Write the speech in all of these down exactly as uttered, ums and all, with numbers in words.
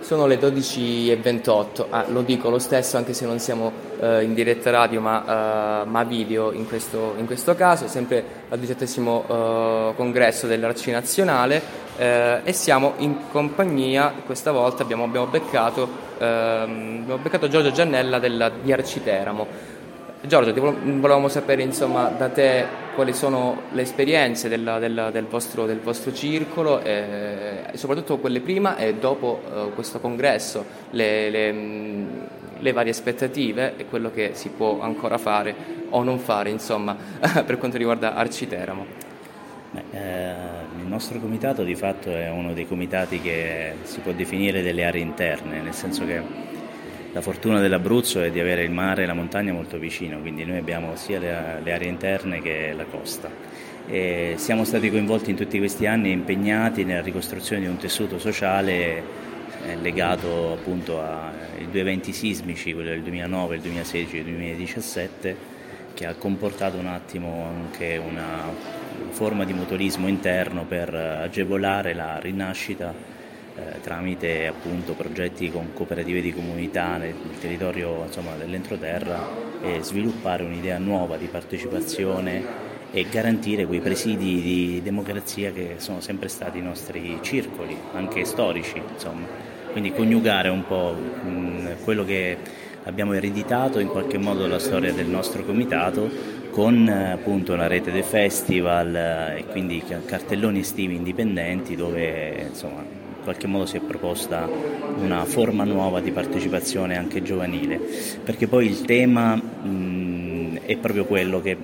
Sono le dodici e ventotto, ah, lo dico lo stesso anche se non siamo eh, in diretta radio ma, eh, ma video in questo, in questo caso, sempre al diciottesimo eh, congresso dell'Arci Nazionale eh, e siamo in compagnia, questa volta abbiamo, abbiamo, beccato, ehm, abbiamo beccato Giorgio Giannella della, di Arciteramo. Giorgio, ti volevamo sapere insomma da te quali sono le esperienze della, della, del, vostro, del vostro circolo e soprattutto quelle prima e dopo uh, questo congresso, le, le, le varie aspettative e quello che si può ancora fare o non fare insomma per quanto riguarda Arciteramo. Beh, eh, il nostro comitato di fatto è uno dei comitati che si può definire delle aree interne, nel senso che la fortuna dell'Abruzzo è di avere il mare e la montagna molto vicino, quindi noi abbiamo sia le, le aree interne che la costa. E siamo stati coinvolti in tutti questi anni e impegnati nella ricostruzione di un tessuto sociale eh, legato appunto ai due eventi sismici, quello del duemilanove, il duemilasedici e il duemiladiciassette, che ha comportato un attimo anche una forma di motorismo interno per agevolare la rinascita Eh, tramite appunto progetti con cooperative di comunità nel, nel territorio insomma, dell'entroterra e sviluppare un'idea nuova di partecipazione e garantire quei presidi di democrazia che sono sempre stati i nostri circoli, anche storici, insomma. Quindi coniugare un po' mh, quello che abbiamo ereditato in qualche modo dalla storia del nostro comitato con appunto la rete dei festival eh, e quindi cartelloni estivi indipendenti dove insomma in qualche modo si è proposta una forma nuova di partecipazione anche giovanile, perché poi il tema mh, è proprio quello che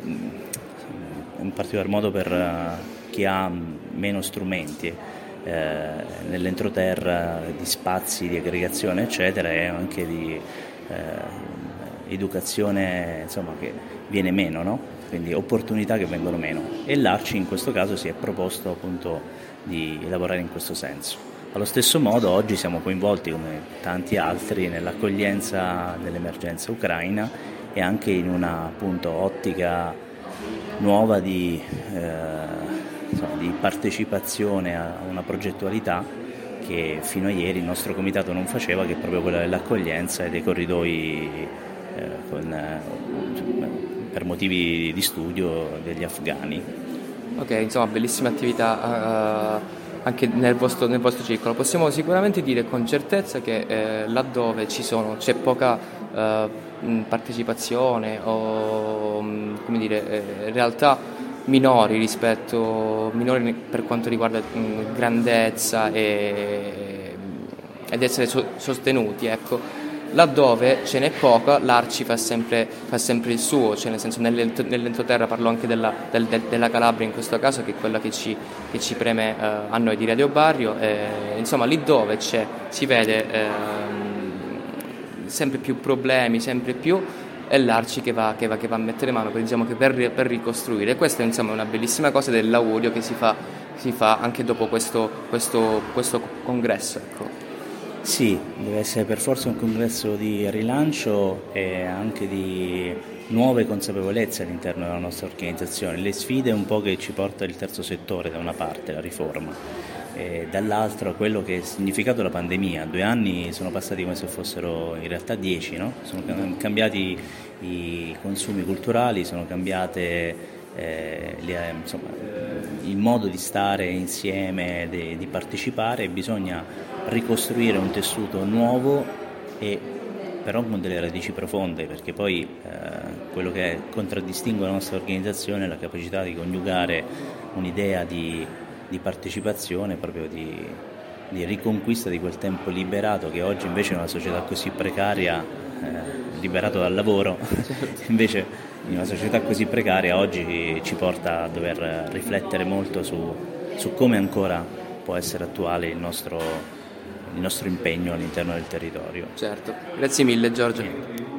in particolar modo per uh, chi ha meno strumenti eh, nell'entroterra di spazi di aggregazione eccetera e anche di eh, educazione insomma che viene meno, no? Quindi opportunità che vengono meno e l'Arci in questo caso si è proposto appunto di lavorare in questo senso. Allo stesso modo oggi siamo coinvolti come tanti altri nell'accoglienza dell'emergenza ucraina e anche in una appunto ottica nuova di, eh, insomma, di partecipazione a una progettualità che fino a ieri il nostro comitato non faceva, che è proprio quella dell'accoglienza e dei corridoi eh, con, eh, per motivi di studio degli afghani. Ok, insomma bellissima attività uh... anche nel vostro, nel vostro circolo. Possiamo sicuramente dire con certezza che eh, laddove ci sono, c'è poca eh, partecipazione o come dire, eh, realtà minori rispetto minori per quanto riguarda mh, grandezza e, ed essere so, sostenuti, ecco. Laddove ce n'è poca, l'Arci fa sempre, fa sempre il suo, cioè nel senso nell'entroterra parlo anche della, del, della Calabria in questo caso, che è quella che ci, che ci preme eh, a noi di Radio Barrio, eh, insomma lì dove c'è, si vede eh, sempre più problemi, sempre più, è l'Arci che va, che va, che va a mettere mano per, diciamo, che per, per ricostruire. E questa insomma, è una bellissima cosa dell'augurio che si fa, si fa anche dopo questo, questo, questo congresso, ecco. Sì, deve essere per forza un congresso di rilancio e anche di nuove consapevolezze all'interno della nostra organizzazione. Le sfide un po' che ci porta il terzo settore, da una parte la riforma, e dall'altra quello che ha significato la pandemia. Due anni sono passati come se fossero in realtà dieci, no? Sono cambiati i consumi culturali, sono cambiate eh, le, insomma, il modo di stare insieme, de, di partecipare, e bisogna ricostruire un tessuto nuovo e però con delle radici profonde, perché poi eh, quello che contraddistingue la nostra organizzazione è la capacità di coniugare un'idea di, di partecipazione, proprio di, di riconquista di quel tempo liberato che oggi invece in una società così precaria, eh, liberato dal lavoro, invece in una società così precaria oggi ci porta a dover riflettere molto su, su come ancora può essere attuale il nostro il nostro impegno all'interno del territorio. Certo, grazie mille Giorgio.